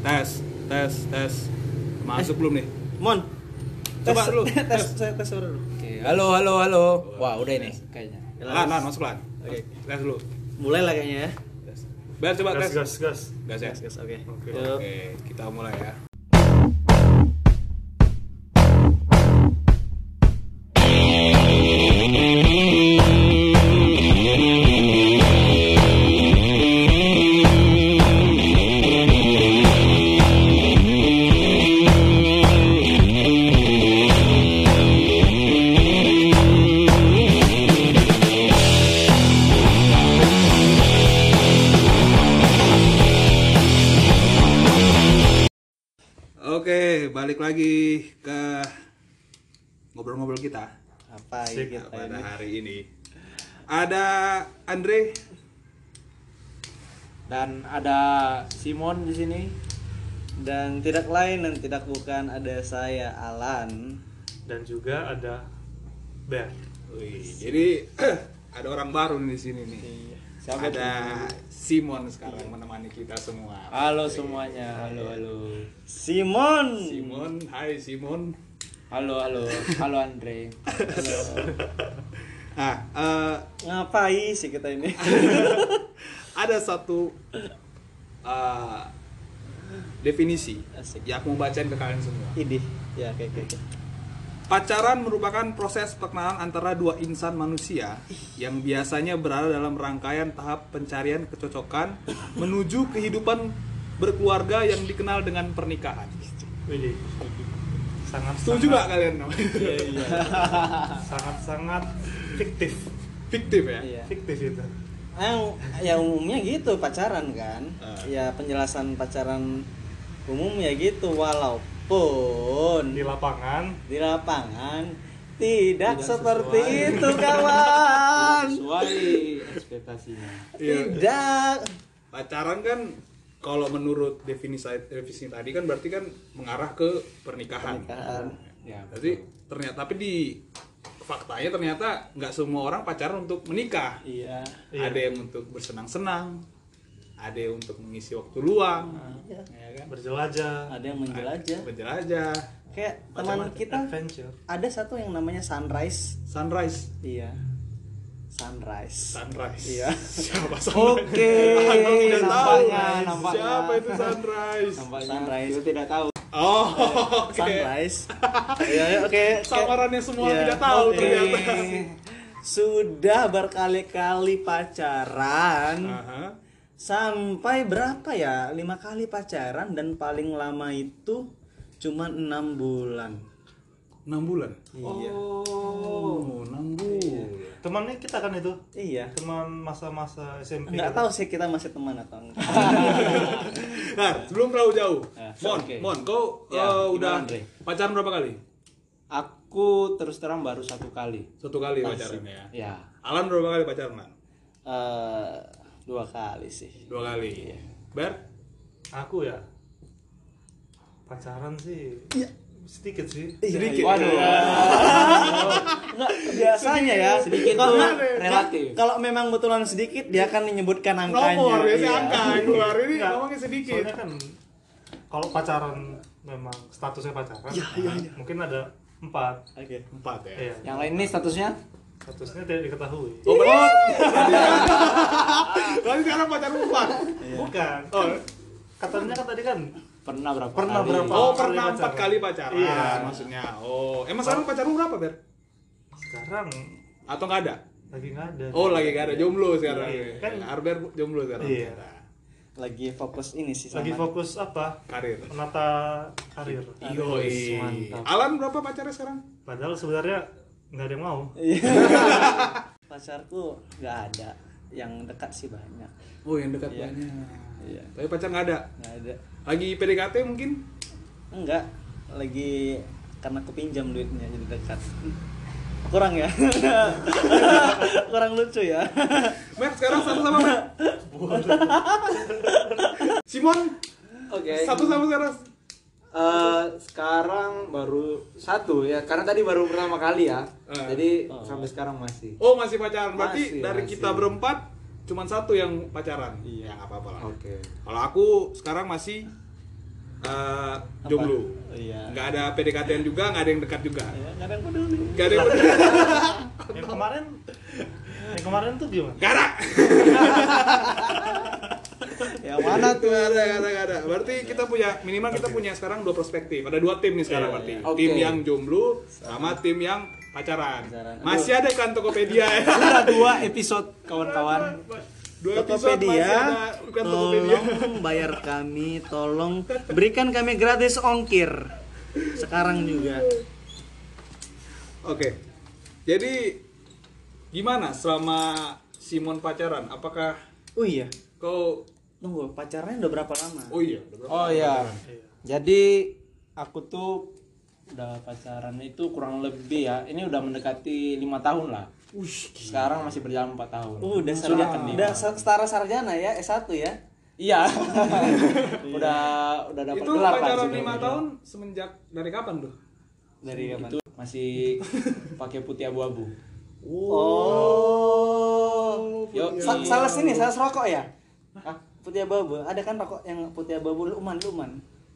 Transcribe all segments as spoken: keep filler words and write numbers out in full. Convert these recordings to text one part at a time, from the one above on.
Tes, tes, tes. Masuk belum nih? Mon. Coba tes, dulu. Tes, tes, tes, tes dulu. Oke, halo halo halo. Wah, udah ini kayaknya. Lan, lan, masuk lan. Oke. Tes dulu. Mulai lah kayaknya ya. Tes. Ber, coba Gas, tes. gas, gas. Gas ya? Gas, gas, oke. Oke. Yuk. Oke, kita mulai ya. Oke, balik lagi ke ngobrol-ngobrol kita Apa Sik, ini kita pada ini? hari ini. Ada Andre, Dan ada Simon di sini. Dan tidak lain dan tidak bukan ada saya Alan. Dan juga ada Bear. Wih, jadi ada orang baru nih di sini nih. Siapa Ada Simon sekarang menemani kita semua. Halo semuanya. Halo halo. Simon. Simon, hai Simon. Halo halo. Halo Andre. Nah, eh, Ngapain sih kita ini? ada satu eh, definisi Asik. yang mau bacain ke kalian semua. Idih. Ya, oke oke oke. Pacaran merupakan proses perkenalan antara dua insan manusia yang biasanya berada dalam rangkaian tahap pencarian kecocokan menuju kehidupan berkeluarga yang dikenal dengan pernikahan. Wih, sangat Setuju nggak kalian? Iya iya. sangat sangat fiktif, Fiktif ya? Iya. fiktif itu. Yang ya umumnya gitu pacaran kan. Ah. Ya penjelasan pacaran umum ya gitu walaupun Di lapangan di lapangan tidak, Tidak seperti sesuai. itu kawan. Sesuai ekspektasinya. Iya. Tidak. Pacaran kan kalau menurut definisi definisi tadi kan berarti kan mengarah ke pernikahan. Pernikahan. Ya. Jadi ternyata tapi di faktanya ternyata nggak semua orang pacaran untuk menikah. Iya. Iya. Ada yang untuk bersenang-senang, ada yang untuk mengisi waktu luang, Iya. ya kan? berjelajah, Ada yang menjelajah. Berjelajah, Kayak teman macam-macam kita adventure. ada satu yang namanya Sunrise. sunrise, Iya. Sunrise. sunrise. Iya. Siapa sunrise? Oke. Aku tidak tahu. Nampaknya, nampaknya. Siapa itu sunrise? Nampaknya Sunrise. kita tidak tahu. Oh, oke. Sunrise. Iya, iya, oke. Samarannya semua Iya. tidak tahu Oke. ternyata. Sudah berkali-kali pacaran. Aha. Sampai berapa ya? Lima kali pacaran dan paling lama itu cuma enam bulan. enam bulan. Iya. Oh, enam bulan. Temannya kita kan itu, Iya. teman masa-masa S M P. Enggak tahu sih kita masih teman atau enggak. Nah, sebelum terlalu jauh, Ya, Mon, oke. Mon, kau Ya, eh, udah gimana, Andre? pacaran berapa kali? Aku terus terang baru satu kali. Satu kali Asik. pacaran ya. Ya. Alan berapa kali pacaran, Lan? Eh, dua kali sih. Dua kali. Ber? Aku ya pacaran sih Iya. sedikit sih. Sedikit. Waduh. Enggak, biasanya ya. Sedikit Kalau- tuh relatif. Kalau memang betulan sedikit dia akan menyebutkan angkanya. Nomor, biasanya Iya. angka yang keluar ini Enggak. ngomongnya sedikit. Soalnya kan kalau pacaran memang statusnya pacaran, Iya, iya, iya. mungkin ada empat. Oke. Empat ya. Iya. Yang lain ini statusnya? Statusnya tidak diketahui. Oh, benar. Berarti sekarang pacaran empat. Bukan. Oh, Katanya kan tadi kan Pernah berapa Pernah kali? berapa? oh kali pernah pacaran. empat kali pacaran Iya. maksudnya. Oh, emang sekarang pacaran berapa, Ber? sekarang Atau nggak ada? lagi nggak ada. Oh, lagi nggak ada, jomblo sekarang. Iya. Kan- Arber jomblo sekarang. Iya. Lagi fokus ini sih sama. Lagi fokus apa? Karir. Menata karir. Iyo, mantap. Alan berapa pacarnya sekarang? Padahal sebenarnya nggak ada yang mau. Iya. Pacarku nggak ada. Yang dekat sih banyak. Oh, yang dekat Iya. banyak. Iya. Tapi pacar nggak ada. Nggak ada. Lagi P D K T mungkin? Enggak. Lagi karena aku pinjam duitnya jadi dekat. Kurang ya? Kurang lucu ya? Mer, sekarang satu sama Mer. Simon, Oke. satu sama sekarang. Eh, sekarang baru satu ya, karena tadi baru pertama kali ya. Eh. Jadi Oh. sampai sekarang masih. Oh, masih pacaran. Berarti Masih, dari masih. kita berempat cuman satu yang pacaran. Iya. Ya nggak apa-apa lah. Oke. Kalau aku sekarang masih uh, jomblo. Oh, iya. Nggak ada P D K T-an juga, nggak ada yang dekat juga. Ya, nggak ada yang peduli. Nggak ada yang peduli. Yang kemarin yang kemarin tuh gimana? Nggak ada. Yang mana tuh? Nggak ada, nggak ada, nggak ada. Berarti kita punya minimal kita punya sekarang dua perspektif. Ada dua tim nih sekarang Iya, berarti. iya. Tim Oke. yang jomblo sama tim yang pacaran. Pacaran. Masih ada iklan Tokopedia ya. Sudah dua episode kawan-kawan. Dua episode masih Tokopedia, ada iklan Tokopedia. tolong bayar kami, tolong berikan kami gratis ongkir sekarang juga. Oke. Jadi gimana selama Simon pacaran? Apakah Oh iya, kau tunggu pacarnya udah berapa lama? Oh iya, udah berapa Oh lama iya. pacaran? Jadi aku tuh udah pacaran itu kurang lebih ya. Ini udah mendekati lima tahun lah. Sekarang masih berjalan empat tahun. Uh, udah Sudah sarjana, kenal. udah sa- setara sarjana ya, S satu ya. Iya. udah udah dapat Itu gelar kan pacaran situ. lima tahun semenjak dari kapan tuh? Dari kapan? Itu masih pakai putih abu-abu. Oh. Yo, Sa- salah sini, salah rokok ya? Ah, putih abu-abu. Ada kan rokok yang putih abu-abu luman, luman.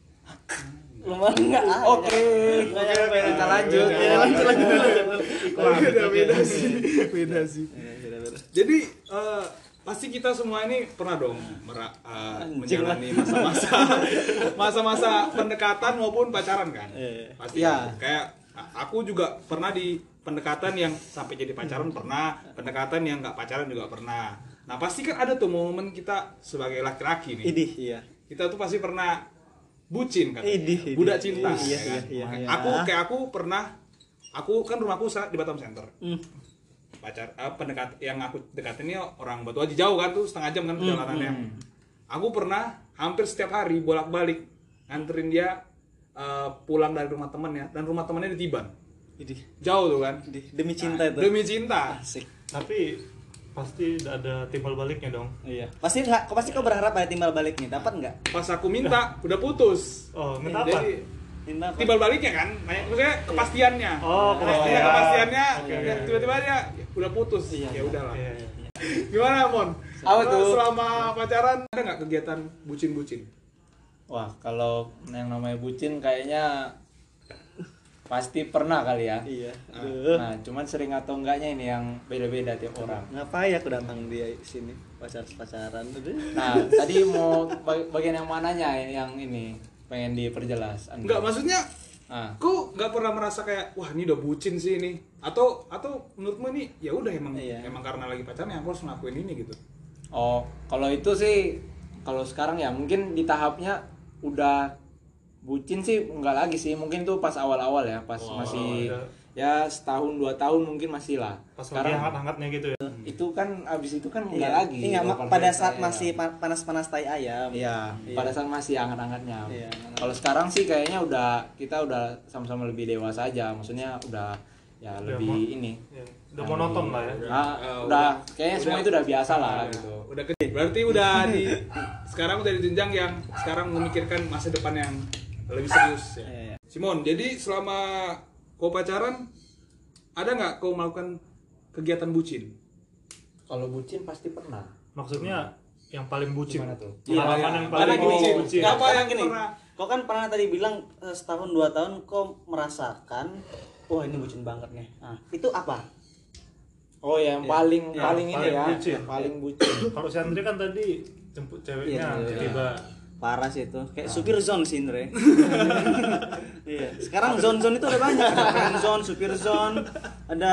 Luman enggak ada. Oke. Nggak nyampe. Kita lanjut. Ya, lanjut lanjut lanjut. Beda beda sih, beda sih. Ya, beda, beda. Jadi eh, pasti kita semua ini pernah dong mera- eh, menjalani masa-masa masa-masa pendekatan maupun pacaran kan? Iya. Pasti. Iya. Kayak a- aku juga pernah di pendekatan yang sampai jadi pacaran pernah, pendekatan yang nggak pacaran juga pernah. Nah pasti kan ada tuh momen kita sebagai laki-laki nih. Idih, iya. Kita tuh pasti pernah bucin kan, Idih, idih. budak cinta. Iya, ya kan? iya, iya, Makanya iya. Aku kayak aku pernah, aku kan rumahku sa- di Batam Center. Hmm. Pacar, eh, pendekat yang aku dekatin ini orang Batu Haji jauh kan tuh setengah jam kan perjalanannya. Aku pernah hampir setiap hari bolak-balik nganterin dia eh, pulang dari rumah temannya dan rumah temannya di Tiban. Idih. Jauh tuh kan. Idih. Demi cinta Nah, itu. Demi cinta. Asik. Tapi pasti ada timbal baliknya dong. Iya. Pasti nggak, pasti kau berharap ada timbal baliknya. Dapat nggak? Pas aku minta udah putus. Oh, minta apa? Jadi Minta apa? timbal baliknya kan, nanya maksudnya kepastiannya. Oh, Kepastian, kepastian. kepastiannya. Oke, ya, oke. tiba-tiba dia udah putus. Iya, Ya iya. udahlah. Iya, iya. Gimana Mon? Apa Lo tuh? Selama pacaran ada nggak kegiatan bucin-bucin? Wah, kalau yang namanya bucin kayaknya pasti pernah kali ya. Iya. Aduh. Nah, cuman sering atau enggaknya ini yang beda-beda tiap orang. Ngapain aku datang dia sini pacar-pacaran? Aduh. Nah, tadi mau bag- bagian yang mananya yang ini pengen diperjelas? Anda? Enggak, maksudnya Ah. kok nggak pernah merasa kayak wah ini udah bucin sih ini atau atau menurutmu ini ya udah emang Iya. emang karena lagi pacaran ya aku harus ngelakuin ini gitu. Oh, kalau itu sih kalau sekarang ya mungkin di tahapnya udah bucin sih enggak lagi sih. Mungkin tuh pas awal-awal ya, pas Wah, masih iya. ya setahun dua tahun mungkin masih lah. Pas lagi Sekarang hangat-hangatnya gitu ya. itu kan abis itu kan enggak Iya. lagi. Iya, ma- Kalau pada saya- saat saya- masih pa- panas-panas tai ayam. Iya, Iya. pada saat masih hangat-hangatnya. Iya. Kalau sekarang sih kayaknya udah kita udah sama-sama lebih dewasa aja. Maksudnya udah ya Udah lebih mo- ini. Ya, udah monoton lah ya. Nah, Eh, udah kayaknya semua udah- itu udah biasa lah Udah- gitu. Udah ke, berarti udah di sekarang udah di jenjang yang sekarang memikirkan masa depan yang lebih serius ya. Iya, iya. Simon, jadi selama kau pacaran ada nggak kau melakukan kegiatan bucin? Kalau bucin pasti pernah. Maksudnya yang paling bucin. Gimana tuh? Pengalaman Iya, yang iya. paling Karena gini, bucin. bucin. Nggak, Apa karena yang gini, pernah- kau kan pernah tadi bilang eh, setahun dua tahun kau merasakan, wah ini bucin banget nih. Nah, itu apa? Oh ya, yang Iya. paling Iya, paling ini paling ya, bucin. yang paling bucin. Kalau si Andre kan tadi jemput ceweknya Iya, iya. tiba. Parah sih itu, kayak supir zone sih Indre. Iya. Sekarang zone-zone itu ada banyak, ada friend zone, supir zone, ada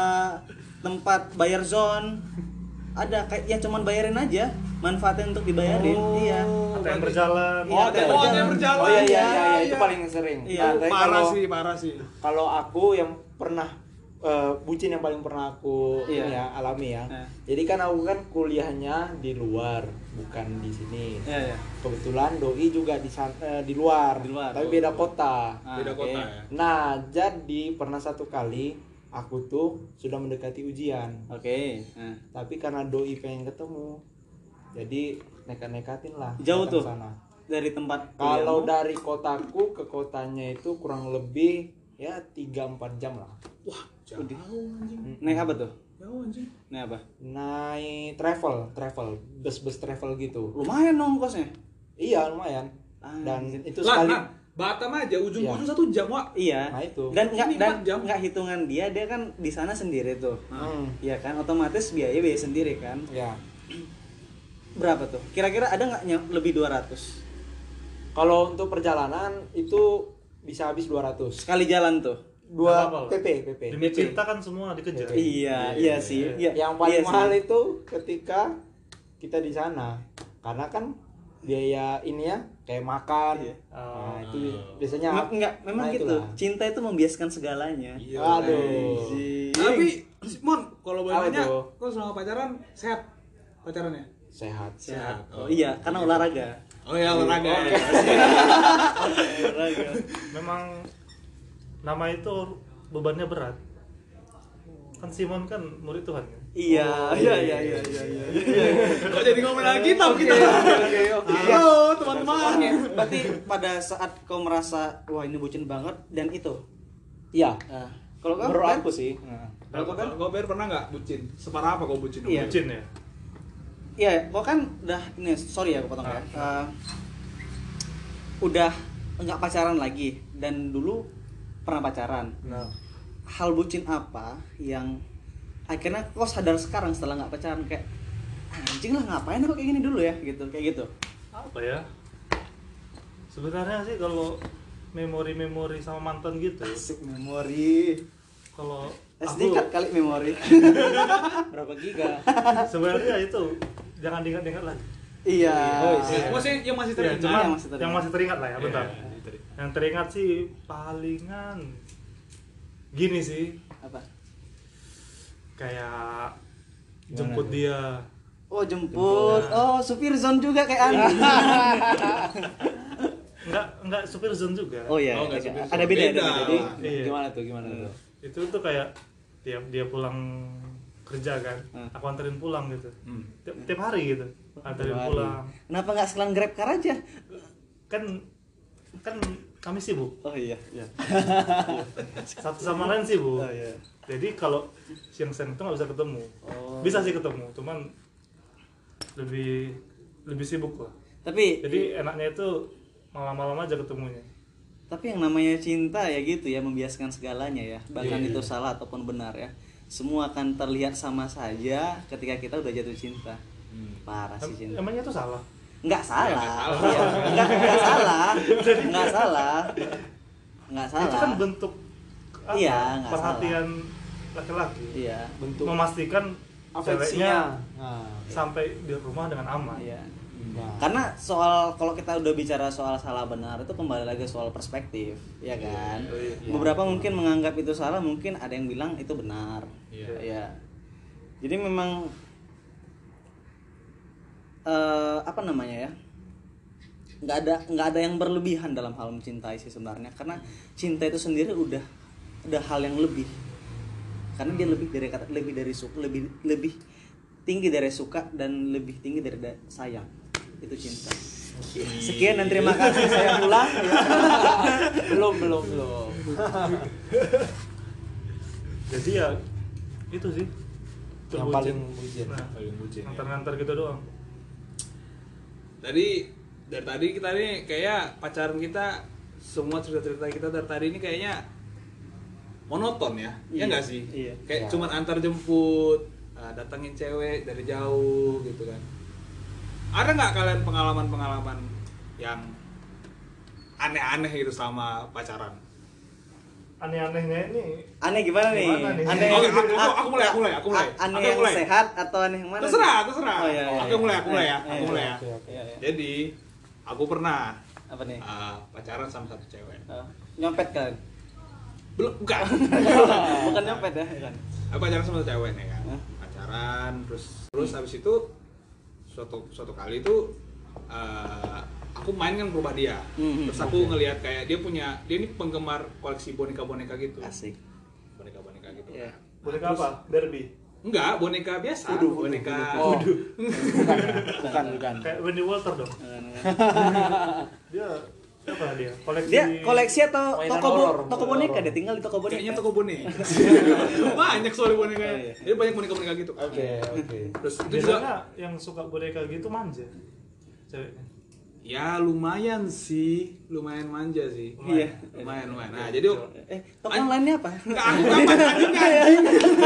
tempat bayar zone, ada kayak ya cuman bayarin aja, manfaatnya untuk dibayarin. Iya. Ada yang berjalan. Iya, ada yang Oh, ada yang berjalan. Oh iya iya iya, Iya, itu iya. paling sering. Iya. Nah, tapi Parah kalau- sih, parah sih. Kalau aku yang pernah eh, bucin yang paling pernah aku Iya. ini ya, alami ya. Nah. Jadi kan aku kan kuliahnya di luar, bukan di sini. Iya, iya. Kebetulan doi juga di san- eh, di luar, Di luar. tapi beda kota. Ah, Beda Oke. kota ya. Nah, jadi pernah satu kali aku tuh sudah mendekati ujian, Oke. Nah. tapi karena doi pengen ketemu, jadi nekat-nekatin lah. Jauh datang tuh? sana. Dari tempat Kalau kuliahmu? dari kotaku ke kotanya itu kurang lebih ya tiga empat jam lah. Wah, jauh anjing. naik apa tuh? Jauh anjing. Naik apa? Naik travel, travel, bus-bus travel gitu. Lumayan dong kosnya. Iya lumayan. Dan Anjir. itu Lah, sekali nah, Batam aja ujung-ujung Iya. satu jam, Wak. Iya. Nah, itu. Dan nggak Ini dan empat jam. nggak hitungan dia, dia kan di sana sendiri tuh. Hmm. Iya kan, otomatis biaya biaya sendiri kan. Ya. Berapa tuh? Kira-kira ada nggak ny- lebih dua ratus? Kalau untuk perjalanan itu bisa habis dua ratus. Sekali jalan tuh. Dua Nggak apa-apa. P P, P P. Demi cinta kan semua dikejar. Iya, iya sih. Iya. Yang paling iya sih. mahal itu ketika kita di sana. Karena kan biaya ini ya kayak makan. Iya. Nah, itu biasanya Mem- enggak, memang nah, gitu. itulah. Cinta itu membiaskan segalanya. Aduh. Anjing. Tapi Mon, kalau boleh Apa nanya, tuh? kok selama pacaran sehat pacarannya? Sehat. Sehat. Oh, iya, karena olahraga. Oh ya olahraga. Olahraga. Memang nama itu bebannya berat. Kan Simon kan murid Tuhan kan? Iya, iya, iya, iya, iya, iya. Kok jadi ngomongin lagi kitab kita? Oke, oke. Halo teman-teman. Oke, berarti pada saat kau merasa wah ini bucin banget dan itu. Iya. Nah, kalau kau Menurut Ben? aku sih. Nah. Kalau kau Ben? Kau Ber pernah nggak bucin? Separah apa kau bucin? Iya. Bucin ya? Iya, kau kan udah ini sorry ya aku potong ya. Eh, udah nggak pacaran lagi dan dulu pernah pacaran. Nah, Hal bucin apa yang akhirnya kau sadar sekarang setelah nggak pacaran kayak anjing lah ngapain aku kayak gini dulu ya gitu kayak gitu. apa ya? Sebenarnya sih kalau memori-memori sama mantan gitu, Asik memori. kalau S D aku card kali memori. Berapa giga? sebenarnya itu jangan diingat-ingat lagi. Iya. Oh, Ya, masih yang masih Iya, teringat. cuman yang masih teringat. yang masih teringat lah ya, bentar. Iya, teringat. Yang teringat sih palingan gini sih, Apa? kayak Gimana jemput tuh? dia. Oh jemput. Oh supir zone juga kayak Andi. Enggak enggak supir zone juga. Oh iya. Oh, nggak supir zone. Ada beda, ada Beda. beda. Jadi Iya. gimana tuh? Gimana tuh? Itu tuh kayak tiap dia pulang kerja kan, Hmm. aku anterin pulang gitu. Hmm. Tiap, tiap hari gitu, anterin Tiap hari. pulang. Kenapa nggak sekalian grab car aja? Kan kan kami sibuk, Oh iya. Iya. satu sama lain sibuk. Oh iya. Jadi kalau siang-siang itu nggak bisa ketemu. Oh. Bisa sih ketemu, cuman lebih lebih sibuk lah. Tapi Jadi enaknya itu malam-malam aja ketemunya. tapi yang namanya cinta ya gitu ya membiaskan segalanya ya. Bahkan Iya. itu salah ataupun benar ya. Semua akan terlihat sama saja ketika kita udah jatuh cinta. Parah sih Em- cinta. emangnya itu salah? Nggak salah. nggak salah. Iya, nggak nggak salah. Nggak salah. Nggak salah. Itu kan bentuk apa, Iya, nggak perhatian laki-laki. Iya. Bentuk Memastikan ceweknya afeksinya. Nah, sampai di rumah dengan aman. Iya. nah. Karena soal kalau kita udah bicara soal salah benar itu kembali lagi soal perspektif, ya kan? Iya. Beberapa mungkin menganggap itu salah, mungkin ada yang bilang itu benar. Iya. Ya. Jadi memang eh, apa namanya ya? Nggak ada nggak ada yang berlebihan dalam hal mencintai sih sebenarnya. Karena cinta itu sendiri udah udah hal yang lebih. Karena dia lebih dari kata lebih dari suka, lebih lebih tinggi dari suka dan lebih tinggi dari da- sayang. Itu cinta. Sekian dan terima kasih, saya pulang ya. belum belum belum. Jadi ya itu sih Yang berbucin. paling bucin. Nah, Paling bucin, ya. ngantar-ngantar gitu doang. Tadi dari tadi kita nih kayak pacaran kita semua cerita-cerita kita dari tadi ini kayaknya monoton ya, ya Iya, nggak sih? iya. Kayak Iya. cuman antar jemput, uh, datangin cewek dari jauh gitu kan. Ada nggak kalian pengalaman-pengalaman yang aneh-aneh gitu sama pacaran? Aneh-anehnya ini Aneh gimana nih? Gimana nih? Aneh. Oke, aku- aku- a- aku mulai, aku mulai, aku mulai. a- Aneh Aku yang mulai. sehat atau aneh yang mana? Terserah, nih? terserah. Oh, iya, iya, Aku iya. mulai, aku mulai ya, Iya, aku iya, mulai ya. Oke, oke. Iya, iya. Jadi aku pernah Apa nih? uh, pacaran sama satu cewek. Oh, nyopet kan? Belum, bukan. Bukan nyopet ya, kan? Aku pacaran sama satu cewek nih kan. Hah? Pacaran terus terus habis itu suatu suatu kali itu uh, aku main kan ke rumah dia. Hmm, Terus aku ngelihat kayak dia punya dia ini penggemar koleksi boneka-boneka gitu. Asik. Boneka-boneka gitu. Iya. kan. boneka Terus- apa? Barbie. Enggak, boneka biasa. boneka. Oh. Bukan, bukan, bukan. Kayak Wendy Walter dong. Dia apa dia? Koleksi Dia koleksi atau Mainan toko bo- horor, toko horor. boneka? Dia tinggal di toko boneka. Kayaknya toko boneka. Banyak soalnya bonekanya. Oh, iya. Jadi banyak boneka-boneka gitu. Oke, oke. Terus itu juga Biasanya yang suka boneka gitu manja ceweknya. Ya lumayan sih, lumayan manja sih. Iya. Lumayan, lumayan. Nah, jadi Eh, toko online-nya apa? enggak aku kapan anjing anjing.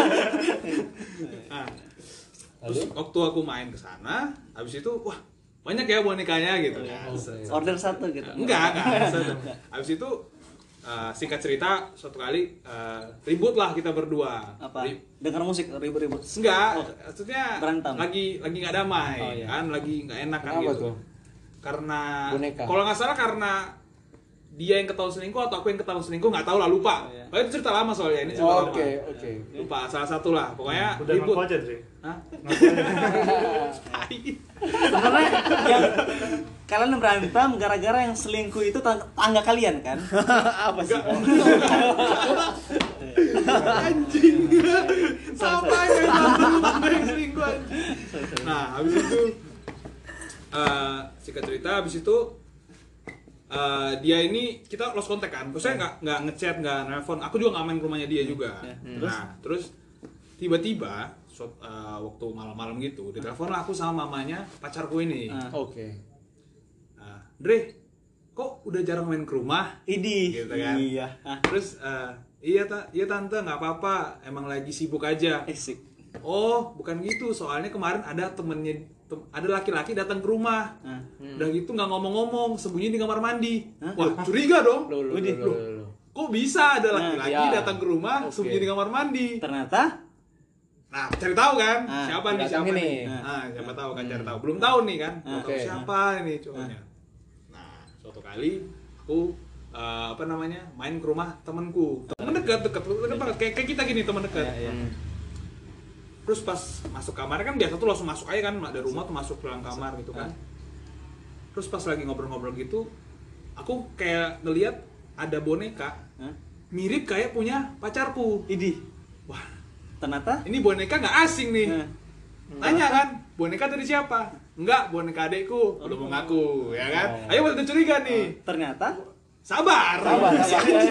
Nah, terus waktu aku main ke sana, habis itu wah, banyak ya bonekanya gitu kan. Order satu gitu. Enggak, enggak. Habis itu uh, singkat cerita suatu kali uh, ribut lah kita berdua. Apa? Ri- Dengar musik ribut-ribut. Enggak, maksudnya Berantem. lagi lagi nggak damai Oh, iya. kan, lagi nggak enak kan Kenapa gitu. tuh? Karena Boneka. kalau nggak salah karena dia yang ketahuan selingkuh atau aku yang ketahuan selingkuh nggak tahu lah, lupa. Oh, iya. Oh, itu cerita lama soalnya, ini cerita Oh, lama. Oke, oke. Lupa salah satu lah, pokoknya Udah ribut. ngaku aja, Dre. Hah? Ngaku aja. Tai. Sebenarnya yang kalian berantem gara-gara yang selingkuh itu tang- tangga kalian kan? Apa sih? Anjing. Sama aja tangga yang selingkuh anjing. Nah, habis itu eh singkat cerita habis itu eh, dia ini kita lost contact kan, maksudnya nggak nggak ngechat nggak nelfon, aku juga nggak main ke rumahnya dia juga. Ya, Nah terus tiba-tiba suat- eh, waktu malam-malam gitu ditelepon lah aku sama mamanya pacarku ini. Ah. Oke. Nah, Dre, kok udah jarang main ke rumah? Idi. Gitu kan. Iya. Ah, Terus eh, iya ta, iya tante nggak apa-apa, emang lagi sibuk aja. Asik. Oh bukan gitu, soalnya kemarin ada temennya tem- ada laki-laki datang ke rumah. Ah. Udah gitu nggak ngomong-ngomong, sembunyi di kamar mandi. Hah? Wah curiga dong. Loh, loh, Widih. loh, loh, loh. Kok bisa ada Nah, laki-laki ya. datang ke rumah Oke. sembunyi di kamar mandi? Ternyata Nah, cari tahu kan Ah, siapa nih datang siapa ini. nih. Ah. Nah, siapa tahu kan cari tahu. Belum tahu nih kan. Belum Ah. tahu Oke. siapa ini cowoknya. Nah, suatu kali aku eh, apa namanya main ke rumah temanku. Temen dekat dekat dekat banget kayak kayak kita gini teman dekat. Iya, iya. Terus pas masuk kamar kan biasa tuh langsung masuk aja kan dari rumah tuh masuk ke dalam kamar gitu kan. Terus pas lagi ngobrol-ngobrol gitu, aku kayak ngelihat ada boneka Hah? mirip kayak punya pacarku. Idi. Wah, Ternyata ini boneka nggak asing nih. Nah, Tanya kan, boneka dari siapa? Enggak, boneka adekku. Udah mau ngaku, ya kan? Oh. Ayo udah curiga nih. ternyata Sabar. Sabar, sabar.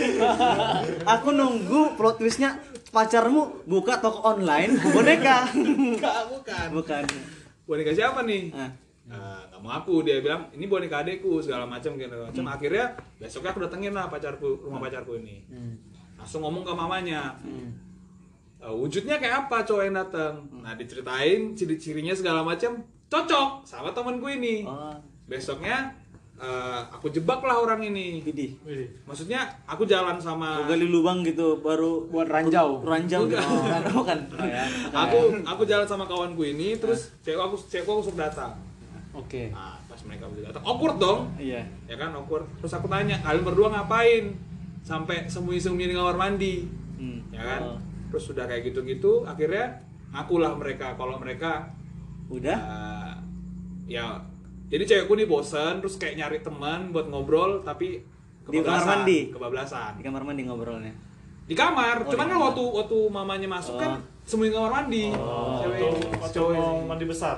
aku nunggu plot twistnya pacarmu buka toko online boneka. Enggak, bukan. Bukan. Boneka siapa nih? Ah. Nah, nggak mau ngaku, dia bilang ini boneka adekku segala macam segala macam. Akhirnya besoknya aku datengin lah pacarku, rumah pacarku ini. Langsung ngomong ke mamanya. Uh, wujudnya kayak apa cowok yang datang? Nah diceritain ciri-cirinya segala macam cocok sama temanku ini. Oh, Besoknya uh, aku jebak lah orang ini. Idi. Widih. Maksudnya aku jalan sama Aku gali lubang gitu baru Buat ranjau. ranjau gitu. Bukan. Oh, bukan. Oh, ya. aku aku jalan sama kawanku ini terus cewek aku cewek aku suruh datang. Oke. Nah pas mereka udah datang awkward dong, Iya. ya kan awkward. Terus aku tanya kalian berdua ngapain sampai sembunyi-sembunyi di kamar mandi, Hmm. ya kan? Oh. Terus sudah kayak gitu-gitu akhirnya ngakulah mereka kalau mereka Udah? uh, ya jadi cewekku nih bosen terus kayak nyari teman buat ngobrol tapi Di kamar kebablasan, mandi? kebablasan Di kamar mandi ngobrolnya. di kamar. Oh, Cuman di kan kamar. waktu waktu mamanya masuk Oh. kan sembunyi di kamar mandi. Oh, Cewek waktu, ini, waktu cowok mau ini. mandi besar.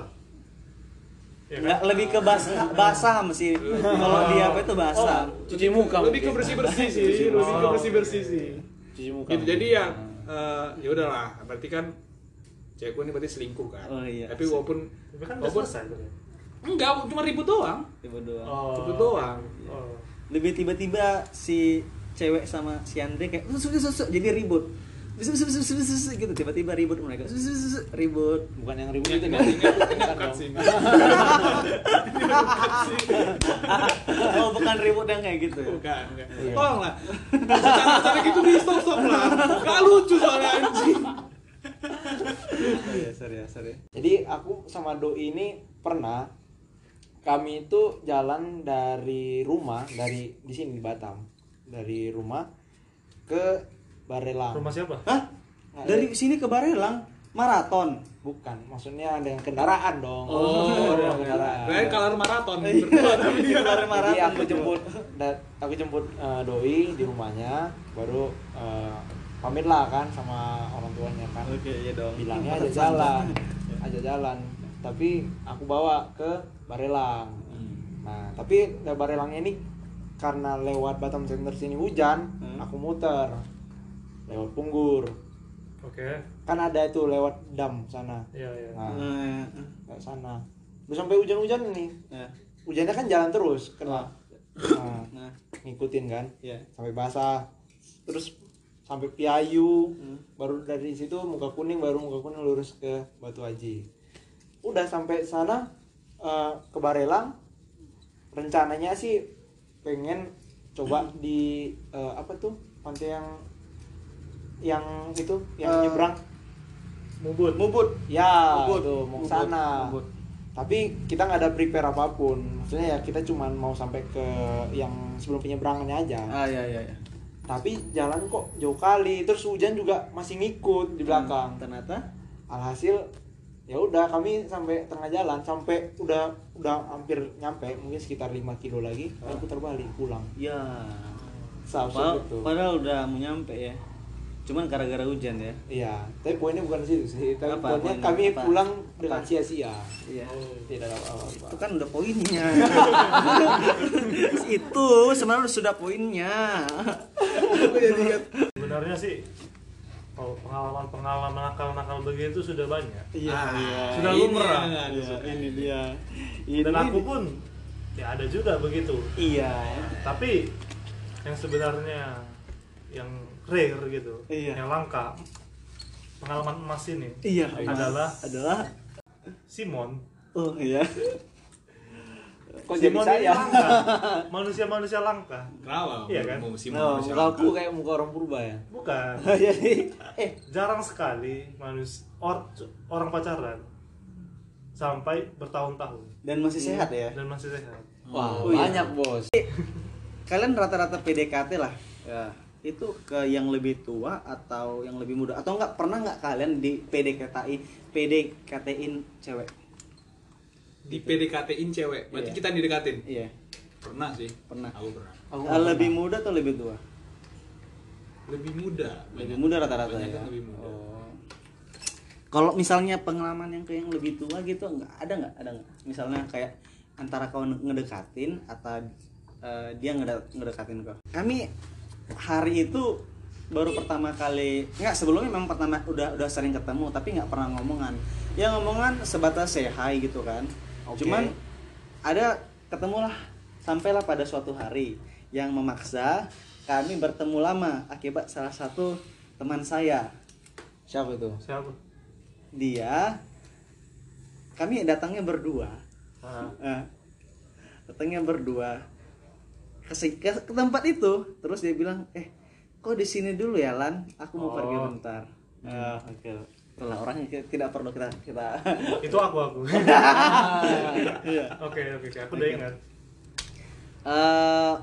Ya kan? Enggak, lebih ke basah, basah sih. Kalau dia apa itu basah. Cuci muka. Lebih ke mungkin. bersih bersih sih, lebih ke bersih bersih sih. Cuci muka. Gitu jadi ya eh, ya udahlah. Berarti kan cewekku ini berarti selingkuh kan. Oh, iya. Tapi walaupun Tapi kan udah walaupun selesai tuh. enggak cuma ribut doang. Tiba doang. Oh. Ribut doang. Oh. Lebih tiba-tiba si cewek sama si Andre kayak susu susu jadi ribut. Susu susu susu susu gitu tiba-tiba ribut mereka. Susu susu ribut. Bukan yang ribut Ini itu ini kan? ini ini bukan sih. Oh, bukan ribut yang kayak gitu ya. Bukan, bukan. Tolong lah. Cara-cara gitu di stop stop lah. Gak lucu soalnya anjing. Iya, sorry ya, sorry. Jadi aku sama Doi ini pernah kami itu jalan dari rumah dari di sini di Batam dari rumah ke Barelang. Rumah siapa? Hah? Dari sini ke Barelang maraton. Bukan, maksudnya ada yang kendaraan dong. Oh, ada yang kendaraan. Lain color maraton berdua tapi Kemarin Jadi maraton. aku jemput, da- aku jemput eh, Doi di rumahnya, baru eh, pamit lah kan sama orang tuanya kan. Oke, iya dong. Bilangnya aja jalan, aja jalan. Tapi aku bawa ke Barelang. Nah, tapi dari Barelangnya ini karena lewat Batam Center sini hujan, Hmm. aku muter lewat Punggur. Oke. Kan ada itu lewat dam sana. Iya, iya. Nah, Eh, ke sana. Udah sampai hujan-hujan nih. eh. hujannya kan jalan terus kena. Nah, Nah, ngikutin kan ya. sampai basah. Terus sampai Piayu, baru dari situ Muka Kuning, baru Muka Kuning lurus ke Batu Haji. Udah sampai sana eh, ke Barelang, rencananya sih pengen coba di eh, apa tuh pantai yang yang itu yang Eh, nyebrang Mubut. Mubut ya Ubud. tuh mau Ubud. sana. Ubud. Tapi kita nggak ada prepare apapun, maksudnya ya kita cuman mau sampai ke yang sebelum penyeberangannya aja. Ah ya ya ya. Tapi jalan kok jauh kali, terus hujan juga masih ngikut di belakang. Ternyata Alhasil ya udah kami sampai tengah jalan, sampai udah udah hampir nyampe, mungkin sekitar lima kilo lagi, kami putar balik pulang. ya. Seabsurd Padahal, itu. padahal udah mau nyampe ya. Cuman gara-gara hujan ya. Iya, tapi poinnya bukan di situ sih. Tapi Apa poinnya poinnya? kami Apa? pulang dengan Apa? sia-sia. Iya. Tidak ada apa-apa. Itu kan udah poinnya. Itu sebenarnya sudah poinnya. Sebenarnya sih kalau pengalaman-pengalaman nakal-nakal begitu sudah banyak. Iya, iya. Sudah lumrah. Iya, ini dia. Dan Ini- aku pun ya ada juga begitu. Iya. Tapi yang sebenarnya yang rare gitu, Iya. yang langka, pengalaman emas ini Iya, adalah adalah Simon. oh iya. Kok jadi Simon ini saya? langka. Manusia-manusia langka. Kenapa? Iya kan? Mau si Nah, manusia muka aku langka? kayak muka orang purba ya. Bukan. Jadi Eh, jarang sekali manusia or, orang pacaran sampai bertahun-tahun Dan masih sehat ya. dan masih sehat. wah, Oh, iya. banyak, Bos. Kalian rata-rata P D K T lah. Ya. Itu ke yang lebih tua atau yang lebih muda, atau enggak pernah nggak kalian di P D K T-in P D K T-in cewek? Di P D K T-in cewek, berarti Iya. kita didekatin? Iya, pernah sih. pernah. Aku pernah. Aku Eh, nggak lebih pernah. muda atau lebih tua? Lebih muda. Lebih banyak. muda rata-rata Banyak ya. yang lebih muda. Oh. Kalau misalnya pengalaman yang ke yang lebih tua gitu enggak ada nggak? Ada nggak? Misalnya kayak antara kau ngedekatin atau eh, dia ngede- ngedekatin kau. Kami hari itu baru pertama kali, nggak, sebelumnya memang pertama udah udah sering ketemu tapi nggak pernah ngomongan. Ya ngomongan sebatas say hi gitu kan. Oke. Cuman ada ketemulah, sampailah pada suatu hari yang memaksa kami bertemu lama akibat salah satu teman saya. Siapa itu? Siapa? Dia, kami datangnya berdua. Nah, Eh, datangnya berdua ke, si- ke, ke tempat itu, terus dia bilang, eh kok di sini dulu ya Lan, aku mau Oh. pergi bentar. Eh, oke. Itulah orangnya, ki- tidak perlu kita kita. itu aku aku. Iya. Oke oke oke, aku udah Oke. ingat. Eh,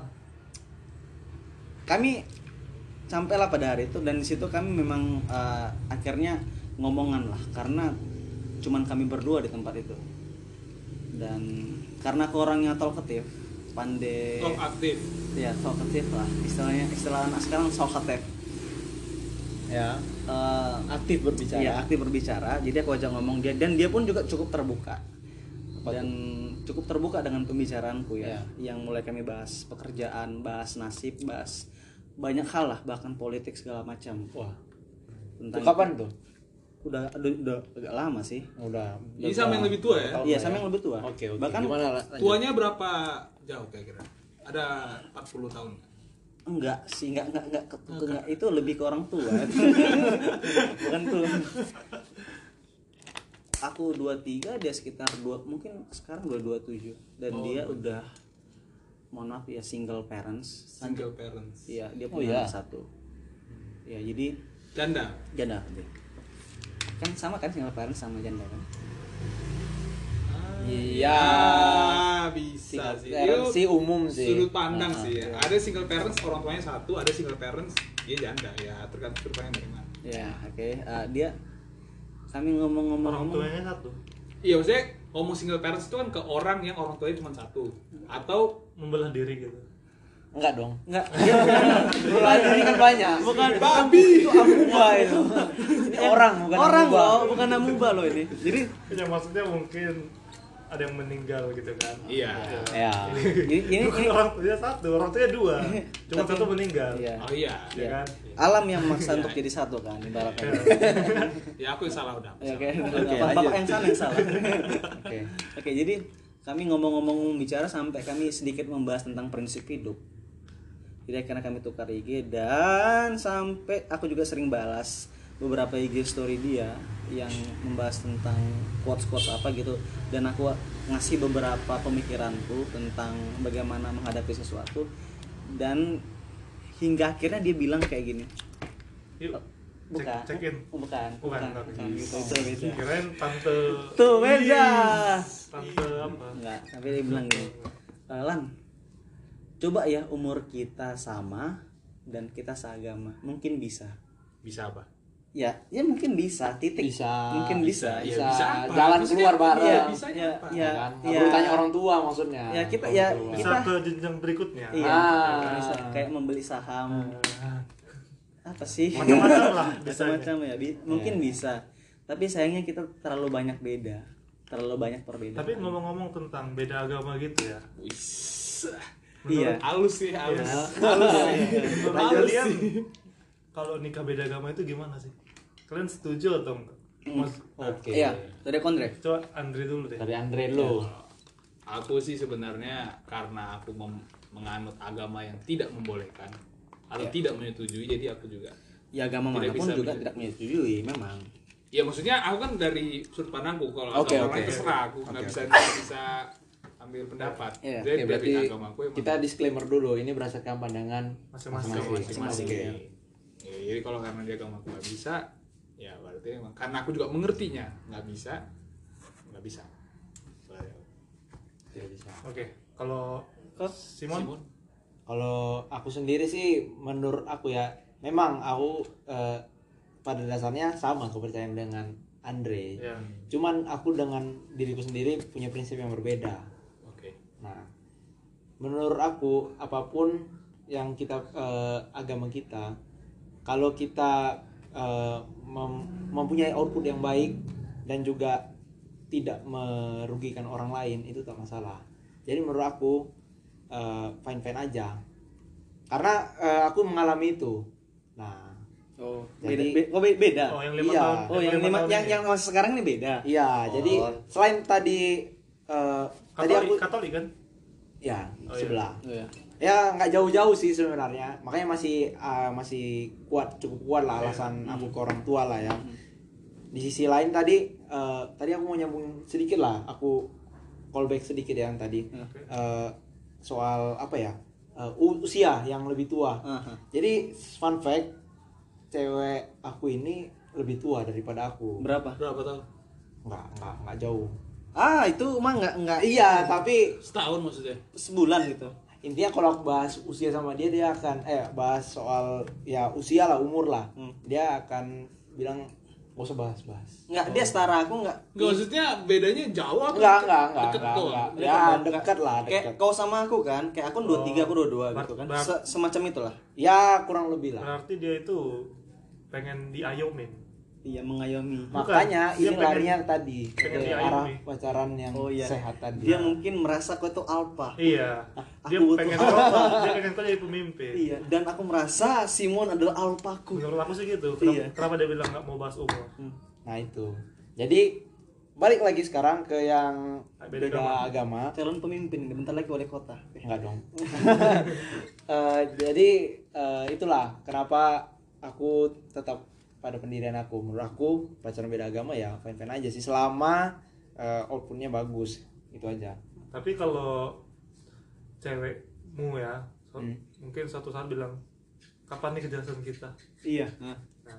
kami sampailah pada hari itu, dan di situ kami memang eh, akhirnya ngomongan lah, karena cuman kami berdua di tempat itu, dan karena aku orangnya talkative, pandai, Talk aktif. ya talkative lah istilahnya, istilah anak sekarang talkative. Ya, Eh, aktif berbicara. Iya, aktif berbicara. Jadi aku ajak ngomong dia, dan dia pun juga cukup terbuka. Apa Dan cukup terbuka dengan pembicaraanku ya. Iya. Yang mulai kami bahas pekerjaan, bahas nasib, bahas banyak hal lah, bahkan politik segala macam. Wah. Tentang Itu kapan tuh? Udah, udah udah agak lama sih. Udah. Ini sama yang lebih tua ya? Tahun Iya, lah sama ya? yang lebih tua. Oke, oke. Bahkan Gimana lah? lanjut. Tuanya berapa jauh kira-kira? Ada empat puluh tahun. enggak sih, enggak enggak enggak, enggak, enggak, itu lebih ke orang tua. Bukan tuh. Aku dua puluh tiga, dia sekitar dua, mungkin sekarang udah dua puluh tujuh, dan Oh, dia betul. udah, mohon maaf ya, single parents. Single parents. Iya, dia Oh, punya iya. anak satu. Ya, jadi Janda. janda dia. Kan sama kan single parents sama janda kan? Iya. Ah, bisa Single sih. parents Itu sih umum sih. Sudut pandang Ah, sih. iya. Ada single parents orang tuanya satu, ada single parents dia janda. Ya tergantung sudut pandang dari mana. Ya, oke. Eh, dia kami ngomong-ngomong Orang tuanya satu. Iya, maksudnya ngomong single parents itu kan ke orang yang orang tuanya cuma satu, atau Membelah diri gitu. Enggak dong. enggak. Bukan ini kan banyak. Bukan babi. Itu amuba itu. Ini orang bukan Orang amuba. loh, bukan amuba loh ini. Jadi Ya maksudnya mungkin ada yang meninggal gitu kan. Iya. Ya. ini ini, Bukan ini orang tuanya satu, orang tuanya dua. Cuma Tapi- satu meninggal. Iya. Oh iya. Ya kan? Alam yang memaksa untuk jadi satu kan ibaratnya. Ya aku yang salah udah. Ya, Oke, Oke, Bapak- lanjut. Bapak yang sana yang salah. Oke. Oke, jadi kami ngomong-ngomong bicara sampai kami sedikit membahas tentang prinsip hidup. Jadi karena kami tukar I G dan sampai aku juga sering balas beberapa I G story dia yang membahas tentang quotes-quotes apa gitu, dan aku ngasih beberapa pemikiranku tentang bagaimana menghadapi sesuatu, dan hingga akhirnya dia bilang kayak gini. Yuk. Bukan, Check, check in. Oh, bukan, Bukan, bukan, bukan. bukan gitu, itu beda. Kirain tante Tuh beda. tante apa? Enggak, tapi dia bilang gini, "E, Lan, coba ya umur kita sama dan kita seagama, mungkin bisa." Bisa apa? Ya, ya mungkin bisa, titik. Bisa, Mungkin bisa. Ya, bisa, bisa apa? jalan Maksudnya, keluar bareng. Iya, bisa ya, apa? ya, kan? Nggak ya. perlu tanya orang tua maksudnya. Ya, kita Orang ya, tua. Bisa kita- ke jenjang berikutnya. Iya, Ah. bisa kayak membeli saham. Apa sih? Macam-macam lah bisanya. Macam-macam ya, bi- mungkin Iya. bisa. Tapi sayangnya kita terlalu banyak beda. Terlalu banyak perbedaan. Tapi ngomong-ngomong tentang beda agama gitu ya. Wis. Iya. Halus sih, halus. Halus ya. Menurut Halus kalian sih. kalau nikah beda agama itu gimana sih? Kalian setuju atau enggak? Mas, Oke. Iya, dari Kondre. coba Andre dulu deh. Dari Andre lu. Aku sih sebenarnya karena aku mem- menganut agama yang tidak membolehkan atau Ya. tidak menyetujui, jadi aku juga. Ya agama Tidak manapun bisa juga begitu. tidak menyetujui memang. Ya maksudnya aku kan dari sudut pandangku, kalau Oke, agama oke. lain terserah aku nggak Oke, bisa oke. nggak bisa ambil pendapat. Iya. Jadi Oke, dari berarti agamaku emang kita disclaimer dulu. Ini berdasarkan pandangan Masing-masing. masing-masing. Oke. Ya, jadi kalau karena dia agama aku nggak bisa, ya berarti emang karena aku juga mengertinya nggak bisa, nggak bisa. Tidak bisa. Oke, kalau Simon, Simon? Kalau aku sendiri sih, menurut aku ya, memang aku eh, pada dasarnya sama kepercayaan dengan Andre. ya. Cuman aku dengan diriku sendiri punya prinsip yang berbeda. Oke. Nah, menurut aku apapun yang kita eh, agama kita, kalau kita eh, mem- mempunyai output yang baik dan juga tidak merugikan orang lain, itu tak masalah. Jadi menurut aku fine fine aja, karena eh, aku mengalami itu. Nah, Oh, Jadi- beda, be- oh, be- beda. Oh, yang lima Iya. tahun. Oh, yang lima, tahun yang ini. yang masa sekarang ini beda. iya. Oh. Jadi selain tadi eh, tadi Katolik, aku Katolik kan? ya Oh, iya. sebelah. Oh, ya. Ya nggak jauh-jauh sih sebenarnya, makanya masih uh, masih kuat, cukup kuat lah alasan aku ke orang tua lah ya. Di sisi lain tadi uh, tadi aku mau nyambung sedikit lah, aku callback sedikit ya yang tadi Oke. Uh, soal apa ya, uh, usia yang lebih tua. Aha. Jadi fun fact, cewek aku ini lebih tua daripada aku. Berapa? Berapa tahun? Nggak nggak nggak jauh. Ah, itu mah nggak nggak Iya, tapi Setahun maksudnya. sebulan gitu. intinya kalau aku bahas usia sama dia, dia akan eh bahas soal ya usia lah, umur lah, Hmm. dia akan bilang gak usah bahas-bahas. Nggak, dia setara aku nggak. Nggak, maksudnya bedanya jauh apa? Enggak, enggak, enggak, Deket enggak, doang. enggak. Dekat Ya dong, dekat lah, Kayak dekat. kau sama aku kan, kayak aku dua tiga, aku dua dua Ber- gitu kan. ber- Se- semacam itulah. Ya kurang lebih lah. Berarti dia itu pengen diayomin. Iya, mengayomi. Makanya dia ini pengen- larinya tadi ke pengen diayomi. arah pacaran yang Oh iya. sehat tadi. Dia mungkin merasa kau itu alpha. Iya. Dia Aku pengen butuh kau, dia pengen kau jadi pemimpin. Iya, dan aku merasa Simon adalah alpaku. Menurut aku sih gitu. Kenapa, Iya. kenapa dia bilang nggak mau bahas umur? Nah itu. Jadi balik lagi sekarang ke yang Beda beda agama. Calon pemimpin, bentar lagi wali kota. Enggak dong. Eh, jadi eh, itulah kenapa aku tetap pada pendirian aku. Menurut aku pacaran beda agama ya fine fine aja sih, selama eh, outputnya bagus, itu aja. Tapi kalau cewekmu ya, so- Hmm. mungkin suatu saat bilang, kapan nih kejelasan kita? Iya. Nah,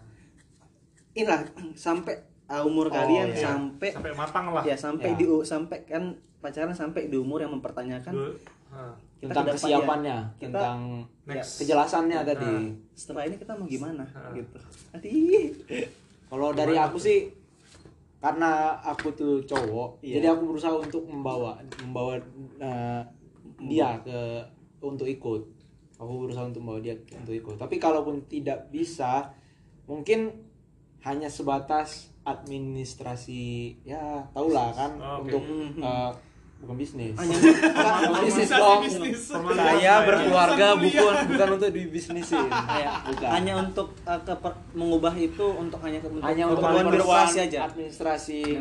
Inilah sampai uh, umur Oh, kalian iya. sampai sampai matang lah. ya sampai Ya. di sampai kan pacaran sampai di umur yang mempertanyakan Dua- nah, kita Tentang ke depan, kesiapannya, ya. Kita- tentang next. kejelasannya Nah. tadi. setelah ini kita mau gimana Ah. gitu. Aduh. Kalau dari aku sih, karena aku tuh cowok, Iya. jadi aku berusaha untuk membawa membawa eh, dia ke untuk ikut. Aku berusaha untuk membawa dia untuk ikut. Tapi kalaupun tidak bisa, mungkin hanya sebatas administrasi, ya tahulah kan, Oh, oke. untuk eh, bukan bisnis. Hanya Bukan bisnis Organisasi dong. bisnis. Saya berkeluarga bukan bukan untuk dibisnisin. kayak Bukan. hanya untuk uh, keper- mengubah itu untuk hanya ke untuk Hanya untuk keperluan keperluan birokrasi aja. administrasi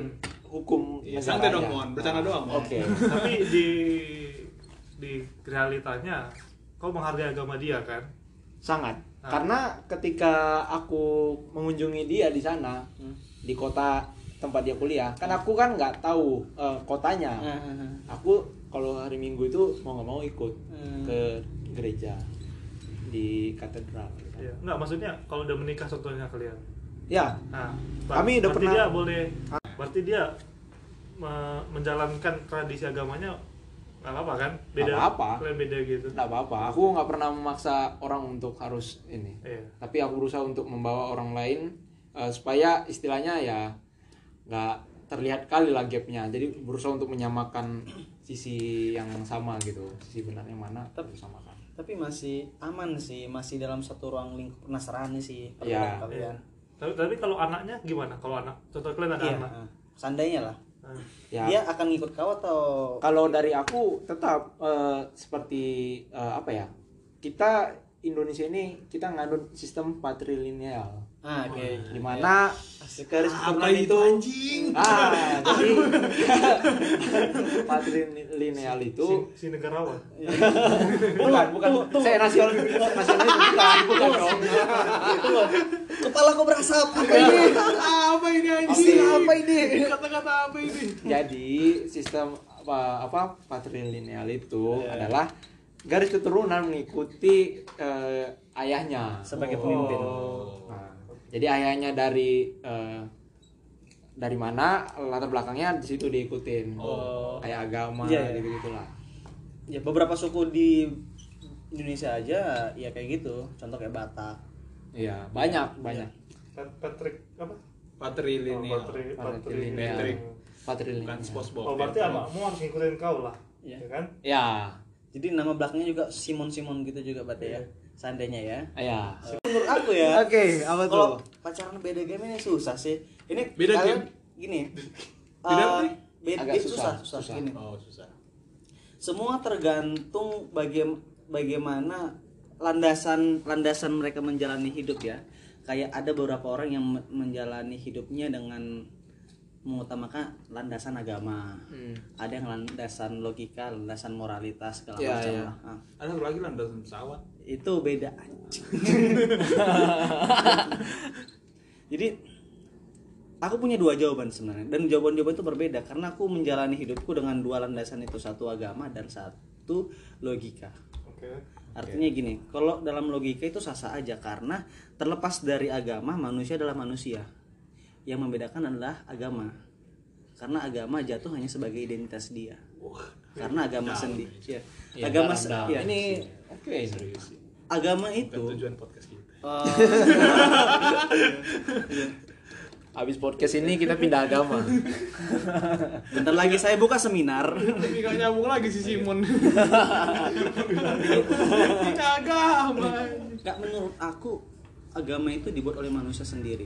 hukum Iya, santai dong, negaranya. Mon. Bercanda doang, Mon. Oke. Tapi di di realitanya kau menghargai agama dia kan? Sangat. Ah. Karena ketika aku mengunjungi dia di sana, Hmm. di kota tempat dia kuliah, kan aku kan nggak tahu eh, kotanya. Hmm. Aku kalau hari Minggu itu mau nggak mau ikut Hmm. ke gereja di katedral. Iya. Enggak, maksudnya kalau udah menikah contohnya kalian. Ya, Nah, Kami udah berarti pernah- dia boleh berarti dia me- menjalankan tradisi agamanya nggak apa-apa kan? Beda. Nggak apa-apa. Kalian beda gitu. nggak apa-apa. Aku nggak pernah memaksa orang untuk harus ini. Iya. Tapi aku berusaha untuk membawa orang lain eh, supaya istilahnya ya nggak terlihat kali lah gapnya. Jadi berusaha untuk menyamakan sisi yang sama gitu, sisi benar yang mana Tapi- bersamakan. Tapi masih aman sih, masih dalam satu ruang lingkup Nasrani sih Iya. perbedaan kalian. Tapi, tapi kalau anaknya gimana? Kalau anak, contoh kalian ada Iya. anak. nah, Seandainya lah. Nah, Ya. Dia akan ngikut kau atau Kalau dari aku tetap eh, seperti eh, apa ya? Kita Indonesia ini kita nganut sistem patrilineal. Ah, oke. Di mana garis Apa keturunan itu, itu anjing? ah jadi patrilineal itu si, si negarawan. bukan bukan saya nasional nasionalis bukan bukan dong. Kepala kau berasap. Apa ini? Apa ini anjing? Oke. Apa ini? Kata-kata apa ini? Jadi sistem apa apa patrilineal itu Ya. adalah garis keturunan mengikuti eh, ayahnya. Sebagai pemimpin. Nah, jadi ayahnya dari eh, dari mana latar belakangnya di situ diikutin. Oh. Kayak agama Iya, iya. gitu gitulah. Ya beberapa suku di Indonesia aja ya kayak gitu. Contoh kayak Batak. Iya, banyak banyak. Pat- Patrick apa? Patrilineal. Oh, Patri, Patrilineal. Patrick. Patrilineal. Bukan SpongeBob. Oh, berarti anakmu harus ngikutin kau lah. Iya. Ya kan? Ya, Jadi nama belakangnya juga Simon Simon gitu juga berarti ya. Seandainya ya. ya. Menurut aku ya. Oke, apa tuh? Kalau pacaran beda game ini susah sih. Ini Beda kalian game? gini. Beda eh, apa nih? beda Agak itu susah, susah, susah, susah. Gini. Oh, susah. Semua tergantung baga- bagaimana landasan landasan mereka menjalani hidup ya. Kayak ada beberapa orang yang me- menjalani hidupnya dengan mengutamakan landasan agama. Hmm. Ada yang landasan logika, landasan moralitas segala Ya, macam ya. lah. Ah, Ada satu lagi landasan pesawat. itu beda anjing. Jadi aku punya dua jawaban sebenarnya dan jawaban-jawaban itu berbeda karena aku menjalani hidupku dengan dua landasan itu, satu agama dan satu logika. Oke. Artinya gini, kalau dalam logika itu sah-sah aja karena terlepas dari agama, manusia adalah manusia. Yang membedakan adalah agama. Karena agama jatuh hanya sebagai identitas dia. Karena agama sendiri. Ya. Ya, Agama dalam- se- dalam. ya. Ini oke serius. Agama Bukan itu tujuan podcast kita. eh, Habis podcast ini kita pindah agama. bentar lagi saya buka seminar. Tapi gak nyambung lagi si Simon. Ini agama. Kak, menurut aku agama itu dibuat oleh manusia sendiri.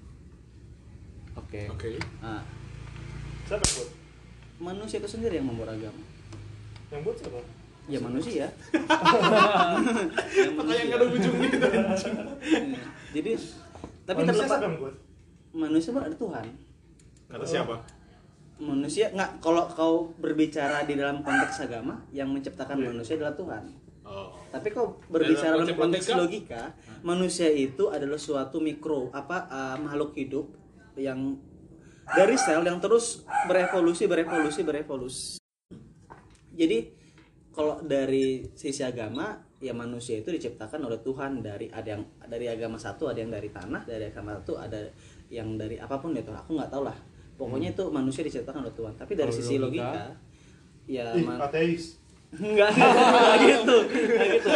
Oke. Oke. Nah, Siapa yang buat? manusia itu sendiri yang membuat agama. Yang buat siapa? Ya manusia. Pertanyaan gak ada ujungnya. Ya. Jadi tapi Manusia terlepas siapa yang buat? manusia pun ada Tuhan. Kata siapa? Manusia nggak, kalau kau berbicara di dalam konteks agama, yang menciptakan manusia adalah Tuhan. Oh. Tapi kau berbicara Dalam dalam konsep konteks logika? logika, manusia itu adalah suatu mikro apa uh, makhluk hidup yang dari sel yang terus berevolusi, berevolusi, berevolusi. Jadi kalau dari sisi agama, ya manusia itu diciptakan oleh Tuhan dari ada yang dari agama satu, ada yang dari tanah, dari agama satu ada yang dari apapun itu. Aku nggak tahu lah. Pokoknya itu manusia diciptakan oleh Tuhan. Tapi dari Kalau sisi logika? logika, ya Ih, ma- ateis. Enggak, enggak gitu. Enggak gitu.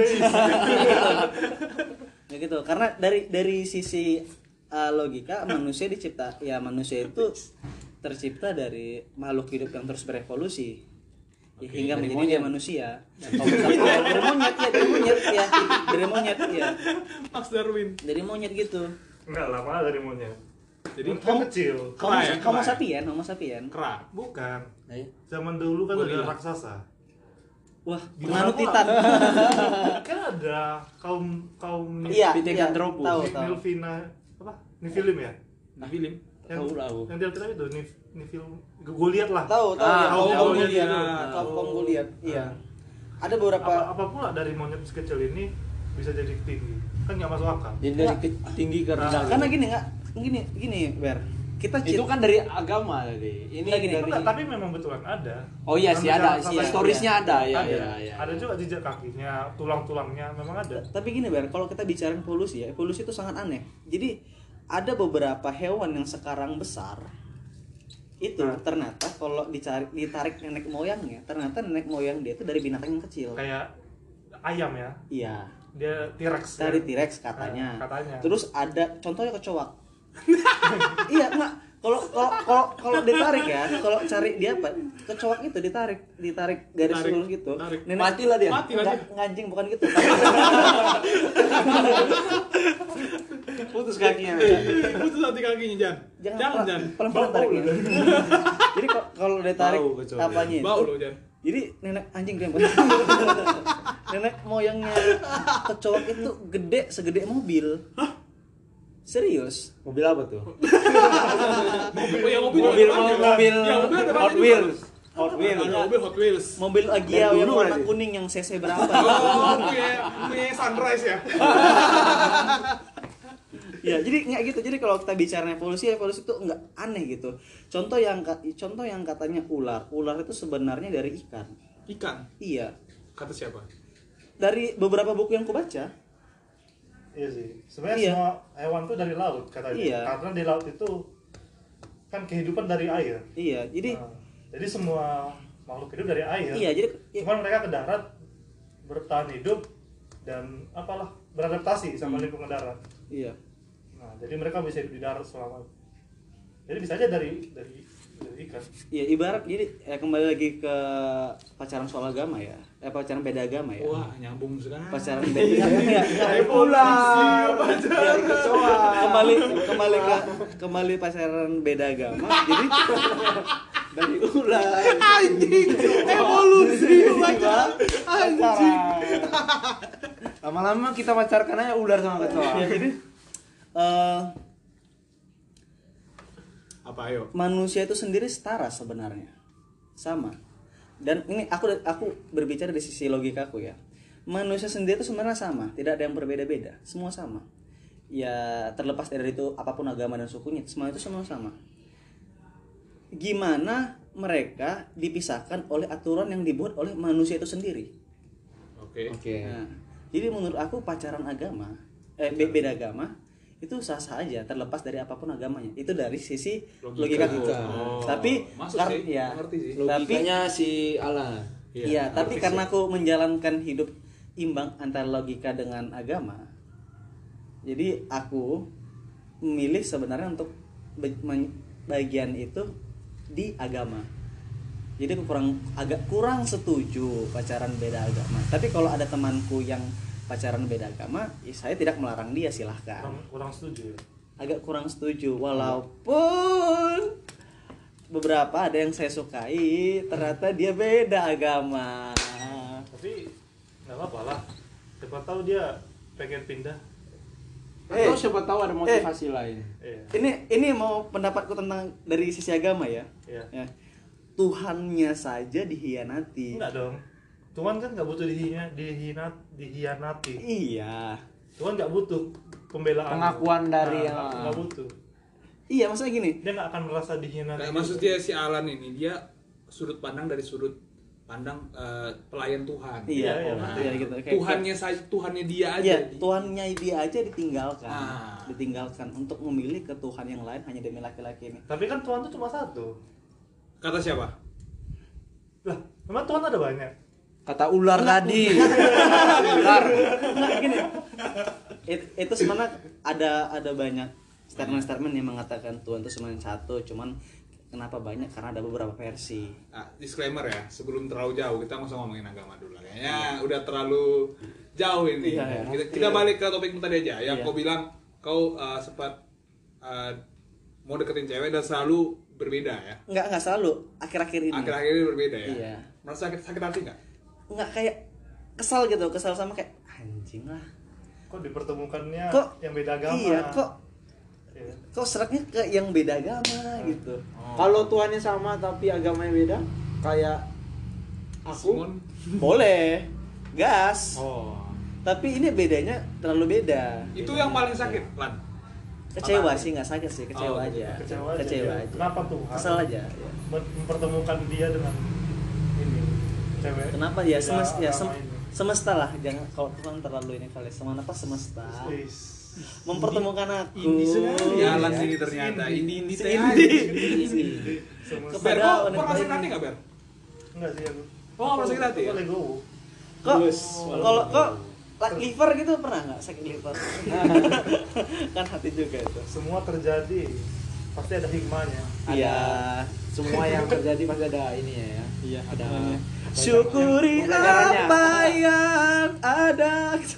Enggak gitu. Karena dari dari sisi uh, logika manusia dicipta ya manusia itu tercipta dari makhluk hidup yang terus berevolusi. Ya, Oke, hingga dari menjadi monyet. dia manusia. Homo sapiens. Dari monyet ya, dari monyet ya. Dari monyet ya. Max Darwin. Dari monyet gitu. Enggak lah, malah dari monyet. Jadi Monyet kan kecil. Homo, Kera ya, homo kera ya? sapien, homo sapien. Kera. Bukan. Ayo. Zaman dulu kan Gorila. ada raksasa. Wah, Gimana penganut pula? titan. Kan ada kaum kaum Iya, iya. Pithecanthropus. Tahu, tahu. Nilvina apa? Nifilim ya? Nah, film. Yang yang Tahu lah aku. yang di Alkitab itu nih nih film gue lihat lah. Tahu, tahu Ah, ya. kaum Kaum Goliat. Goliat. Ah. Kaum kaum Goliat. Iya. Ada beberapa Apa, apa pula dari monyet kecil ini bisa jadi tinggi? Kan nggak masuk akal. Jadi dari ke- tinggi ke rendah. Nah, karena gini nggak gini gini Ber. Kita itu cit- kan dari agama tadi. Ini Nggak, gini, dari Enggak, tapi memang betulan ada. Oh iya sih ada, Sampai- sih sampai- storiesnya ada ya ada. ya ya. Ada juga jejak kakinya, tulang-tulangnya memang ada. Tapi gini Ber, kalau kita bicara evolusi ya, evolusi itu sangat aneh. Jadi ada beberapa hewan yang sekarang besar itu ternyata kalau dicari ditarik nenek moyangnya, ternyata nenek moyang dia itu dari binatang yang kecil. Kayak ayam ya, Iya. dia T-Rex. Dari ya. T-Rex katanya. Nah, katanya. Terus ada contohnya kecoak. Iya, enggak. Kalau kalau kalau kalau ditarik ya, kalau cari dia apa? Kecoak itu ditarik, ditarik garis Tarik, lurus gitu. tarik. Mati lah dia. Mati lah dia. Enggak, ngancing bukan gitu. Putus kakinya. Putus hati kakinya, Jan. Jangan Jangan, pelan- Jan. pelan-pelan Bau tariknya. lu. Jadi kalau- kalau ditarik Bau kecoak. tapanya itu, Bau lu, Jan. jadi nenek anjing dia. Nenek moyangnya kecoak itu gede segede mobil. Serius? Mobil apa tuh? Oh, ya, mobil Mobil ada banyak. mobil Ya, mobil ada Hot banyak juga. Wheels. Hot Wheels. Ada mobil Hot Wheels. Mobil Agia Dari yang dulu warna berarti? kuning yang cc berapa? Oh, punya punya Sunrise ya. Ya, jadi nggak gitu. Jadi kalau kita bicara evolusi, evolusi itu nggak aneh gitu. Contoh yang ka- contoh yang katanya ular, ular itu sebenarnya dari ikan. Ikan. Iya. Kata siapa? Dari beberapa buku yang kubaca. Iya sih. Sebenarnya Iya. semua hewan tuh dari laut katanya. Iya. Karena di laut itu kan kehidupan dari air. Iya. Jadi Nah, jadi semua makhluk hidup dari air. iya. Jadi ya, Cuman mereka ke darat bertahan hidup dan apalah beradaptasi sama Hmm. lingkungan darat. iya. Nah, jadi mereka bisa hidup di darat selama. Jadi bisa aja dari dari dari ikan. Iya, ibarat jadi eh, kembali lagi ke pacaran soal agama ya. Eh pacaran beda agama ya. Wah, nyambung sekali. Pacaran beda ya, Saya pulang. kembali kembali ke kembali pacaran beda agama. Jadi Dari ular. Anjing, evolusi pacaran. Anjing. Lama-lama kita pacarkan aja ular sama kecoa. ya, jadi eh, Apa ayo? manusia itu sendiri setara sebenarnya, sama. Dan ini aku aku berbicara dari sisi logikaku ya. Manusia sendiri itu sebenarnya sama, tidak ada yang berbeda-beda, semua sama. Ya terlepas dari itu apapun agama dan sukunya, semua itu semua sama. Gimana mereka dipisahkan oleh aturan yang dibuat oleh manusia itu sendiri? Oke. Oke. Nah, jadi menurut aku pacaran agama, eh be- beda agama itu sah-sah aja terlepas dari apapun agamanya. Itu dari sisi logika. Logika. Oh, Tapi masuk kar- sih, ya, ngerti sih. tapi Logikanya si Alan. iya, tapi ngerti karena sih. aku menjalankan hidup imbang antara logika dengan agama. Jadi aku memilih sebenarnya untuk ba- men- bagian itu di agama. Jadi aku kurang agak kurang setuju pacaran beda agama. Tapi kalau ada temanku yang pacaran beda agama, ya saya tidak melarang dia, silahkan. Kurang, kurang setuju ya. Agak kurang setuju, walaupun beberapa ada yang saya sukai, ternyata dia beda agama. Tapi nggak apa-apa lah. Siapa tahu dia pengen pindah. Eh. Atau siapa tahu ada motivasi lain. Iya. Ini ini mau pendapatku tentang dari sisi agama ya. Iya. Ya. Tuhannya saja dihianati. Enggak dong. Tuhan kan nggak butuh dihina, dihinat, dihianati. Iya. Tuhan nggak butuh pembelaan. Pengakuan dari Nah, yang- nggak- nggak butuh. Iya, maksudnya gini. Dia nggak akan merasa dihianati. Kayak maksudnya si Alan ini dia sudut pandang dari sudut pandang eh, pelayan Tuhan. Iya, iya, oh, iya. iya gitu. Kayak- Tuhannya saja, Tuhannya dia aja. Iya, Tuhannya dia aja ditinggalkan. Ah. Ditinggalkan untuk memilih ke Tuhan yang lain hanya demi laki-laki ini. Tapi kan Tuhan itu cuma satu. Kata siapa? Lah, memang Tuhan ada banyak. Kata ular tadi. Ular. Enggak gini. It- itu sebenarnya ada ada banyak statement-statement yang mengatakan Tuhan itu cuma satu, cuman kenapa banyak? Karena ada beberapa versi. Nah, disclaimer ya, sebelum terlalu jauh kita nggak usah ngomongin agama dulu lah. Kayaknya udah terlalu jauh ini. Iya, iya. Kita, kita balik ke topikmu tadi aja. Yang Iya. kau bilang kau uh, sempat uh, mau deketin cewek dan selalu berbeda ya. Enggak enggak selalu, akhir-akhir ini. Akhir-akhir ini berbeda ya. Iya. Merasa sakit, sakit hati nggak? Enggak kayak kesal gitu, kesal sama kayak anjing lah. Kok dipertemukannya Kok yang beda agama? Iya, kok Iya. kok seraknya ke yang beda agama gitu. Kalau Tuhannya sama tapi agamanya beda, kayak aku. Simon. Boleh gas, Oh. tapi ini bedanya terlalu beda. Itu yang paling sakit, Lan. Kecewa Apa? sih, nggak sakit sih, kecewa Oh, aja. Kecewa aja. Kecewa dia. aja. Kenapa Tuhan Kesel aja. Ya. mem- mempertemukan dia dengan ini cewek? Kenapa ya beda semesta ya agama sem- ini? semesta lah, jangan kalau Tuhan terlalu ini kali. Semesta semesta Wis. mempertemukan aku. Indi sekali ya, Lan Ya. ini ternyata. Indi indi teh. Indi. Semesta. Ber, Kepada kok wanita pernah sakit ini. hati nggak, Ber? Enggak sih aku. Oh, nggak pernah sakit hati ya? Aku legowo. Kok Yes. kalau kok like liver gitu pernah nggak sakit liver? Kan hati juga itu. Semua terjadi pasti ada hikmahnya. Iya. Semua yang terjadi pasti ada ini ya. Iya. Ada Syukuri pembelajarannya. apa yang ada.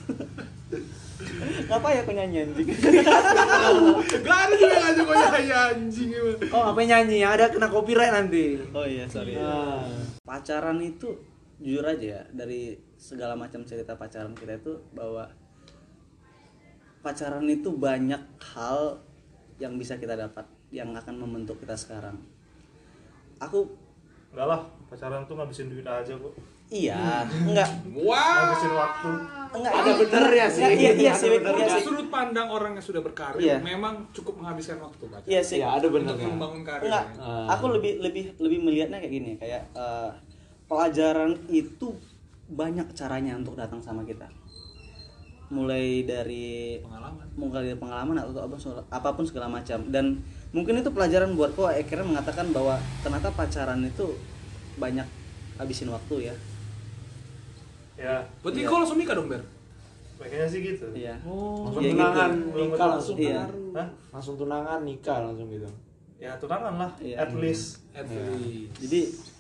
Ngapa ya aku nyanyi anjing? Gak ada juga yang ngajak gue nyanyi anjing emang. Oh, apa yang nyanyi? Yang ada kena copyright nanti. Oh iya, sorry. Nah. Pacaran itu jujur aja ya, dari segala macam cerita pacaran kita itu bahwa pacaran itu banyak hal yang bisa kita dapat yang akan membentuk kita sekarang. Aku Enggak lah, pacaran tuh ngabisin duit aja kok. iya, enggak Wah. Ngabisin waktu. enggak Ada benernya sih. Enggak, iya iya Ada sih, benernya. iya Dari sih. sudut pandang orang yang sudah berkarir, Iya. memang cukup menghabiskan waktu pacar. Iya sih. Ya, ada Untuk benernya. membangun karir. Enggak, Ah. aku lebih lebih lebih melihatnya kayak gini, kayak eh, pelajaran itu banyak caranya untuk datang sama kita. Mulai dari Pengalaman. mulai dari pengalaman atau apa apapun segala macam, dan mungkin itu pelajaran buatku akhirnya mengatakan bahwa ternyata pacaran itu banyak habisin waktu ya. Ya, Berarti Iya. kau langsung nikah dong, Ber? pengennya sih gitu. Iya. Oh. Langsung Iya, gitu. tunangan, Belum nikah betul. langsung. Iya. Hah? Langsung tunangan, nikah langsung gitu. Ya tunangan lah, Iya. at least. At Iya. least. Jadi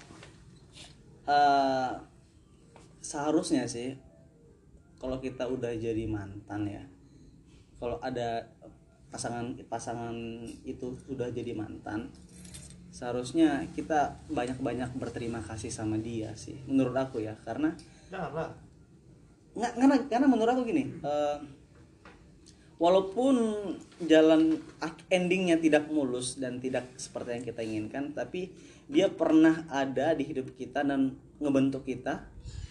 eh, seharusnya sih kalau kita udah jadi mantan ya, kalau ada pasangan pasangan itu udah jadi mantan, seharusnya kita banyak-banyak berterima kasih sama dia sih, menurut aku ya, karena Janganlah. nggak karena karena menurut aku gini, eh, walaupun jalan ak- endingnya tidak mulus dan tidak seperti yang kita inginkan, tapi dia pernah ada di hidup kita dan ngebentuk kita